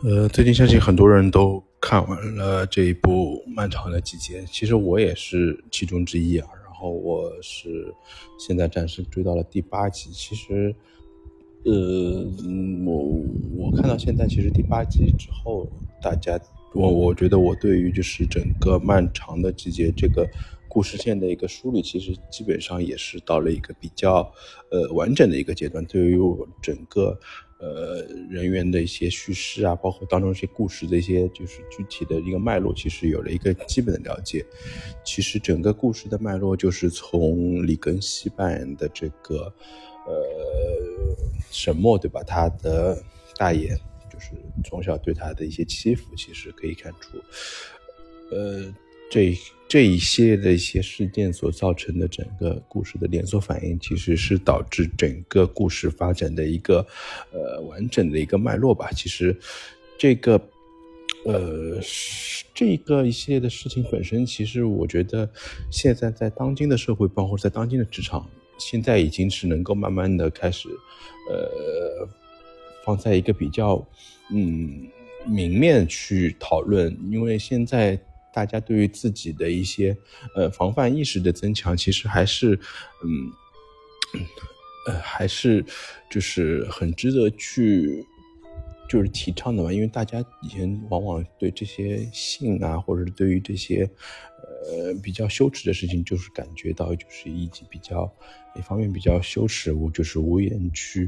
最近相信很多人都看完了这一部漫长的季节，其实我也是其中之一啊。然后我是现在暂时追到了第8集。其实，我看到现在，其实第8集之后，我觉得我对于就是整个漫长的季节这个故事线的一个梳理，其实基本上也是到了一个比较完整的一个阶段。对于我整个人员的一些叙事啊，包括当中一些故事的一些就是具体的一个脉络，其实有了一个基本的了解。其实整个故事的脉络就是从里根西扮演的这个沈墨，对吧？他的大爷就是从小对他的一些欺负，其实可以看出这一系列的一些事件所造成的整个故事的连锁反应，其实是导致整个故事发展的一个完整的一个脉络吧。其实这个一系列的事情本身，其实我觉得现在在当今的社会，包括在当今的职场，现在已经是能够慢慢的开始放在一个比较明面去讨论。因为现在大家对于自己的一些防范意识的增强，其实还是就是很值得去就是提倡的嘛。因为大家以前往往对这些性啊，或者是对于这些比较羞耻的事情，就是感觉到就是一方面比较羞耻，就是无言去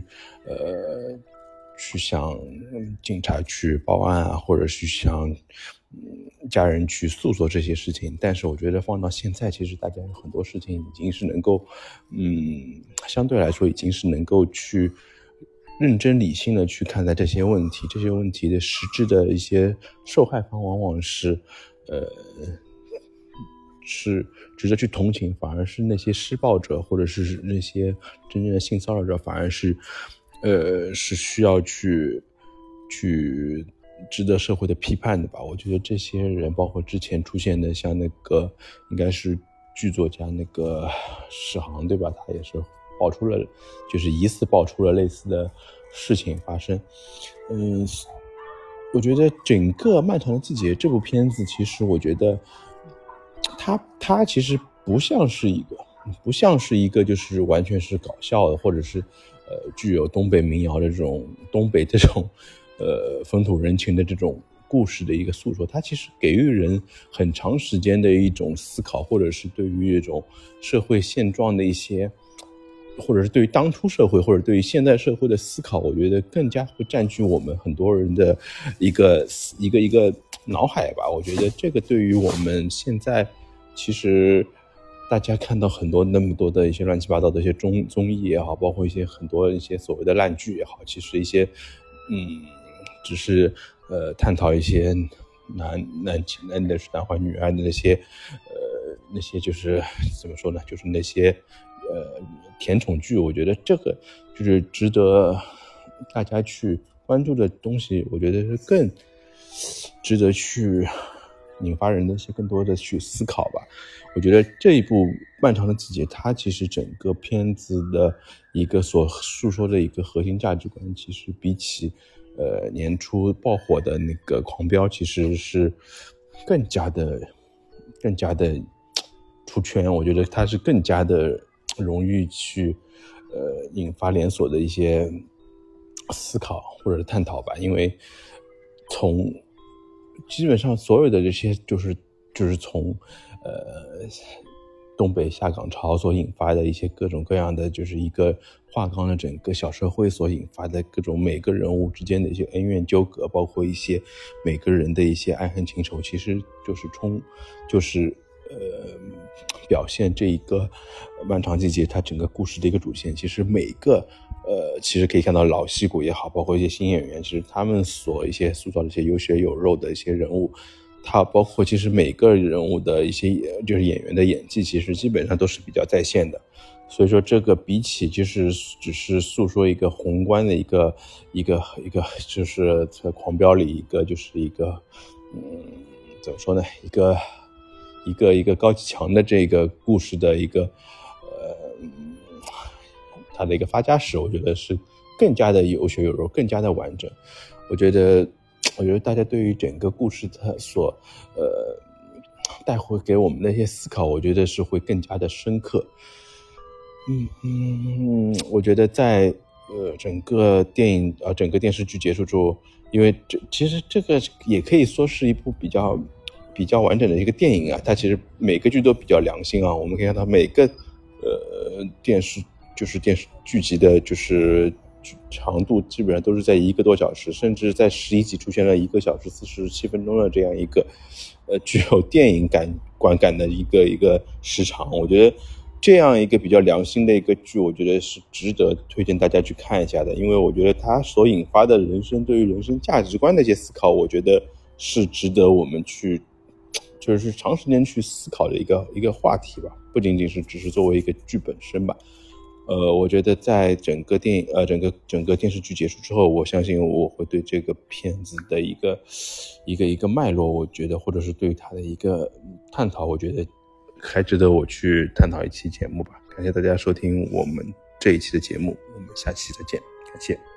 向警察去报案啊，或者是向家人去诉说这些事情。但是我觉得放到现在，其实大家有很多事情已经是能够相对来说已经是能够去认真理性的去看待这些问题。这些问题的实质的一些受害方往往是值得去同情，反而是那些施暴者或者是那些真正的性骚扰者，反而是需要去值得社会的批判的吧。我觉得这些人，包括之前出现的像那个应该是剧作家那个史航，对吧？他也是爆出了，就是疑似爆出了类似的事情发生。我觉得整个漫长的季节这部片子，其实我觉得它其实不像是一个就是完全是搞笑的，或者是具有东北民谣的东北这种风土人情的这种故事的一个诉说。它其实给予人很长时间的一种思考，或者是对于一种社会现状的一些，或者是对于当初社会或者对于现在社会的思考，我觉得更加会占据我们很多人的一个脑海吧。我觉得这个对于我们现在其实大家看到那么多的一些乱七八糟的一些综艺也好，包括很多一些所谓的烂剧也好，其实一些只是探讨一些男欢女爱的那些就是怎么说呢，就是那些甜宠剧。我觉得这个就是值得大家去关注的东西，我觉得是更值得去引发人的一些更多的去思考吧。我觉得这一部漫长的季节，它其实整个片子的一个所诉说的一个核心价值观，其实比起年初爆火的那个狂飙，其实是更加的出圈。我觉得它是更加的容易去引发连锁的一些思考或者探讨吧。因为从基本上所有的这些就是从东北下岗潮所引发的一些各种各样的，就是一个画纲的整个小社会所引发的各种每个人物之间的一些恩怨纠葛，包括一些每个人的一些爱恨情仇，其实就是表现这一个漫长季节它整个故事的一个主线。其实每个其实可以看到老戏骨也好，包括一些新演员，其实他们所一些塑造的一些有血有肉的一些人物，它包括其实每个人物的一些就是演员的演技，其实基本上都是比较在线的。所以说这个比起就是只是诉说一个宏观的一个就是在狂飙里就是一个怎么说呢，一个高级强的这个故事的一个它的一个发家史，我觉得是更加的有血有肉，更加的完整。我觉得我觉得大家对于整个故事它所带回给我们的一些思考，我觉得是会更加的深刻。我觉得在整个电影整个电视剧结束之后，因为其实这个也可以说是一部比较完整的一个电影啊，它其实每个剧都比较良心啊，我们可以看到每个电视剧集的就是长度基本上都是在1个多小时，甚至在11集出现了1个小时47分钟的这样一个具有电影观感的一个时长。我觉得这样一个比较良心的一个剧，我觉得是值得推荐大家去看一下的，因为我觉得它所引发的对于人生价值观的一些思考，我觉得是值得我们去就是长时间去思考的一个话题吧，不仅仅是只是作为一个剧本身吧。我觉得在整个电影整个电视剧结束之后，我相信我会对这个片子的一个脉络，我觉得或者是对它的一个探讨，我觉得还值得我去探讨一期节目吧。感谢大家收听我们这一期的节目，我们下期再见，感谢。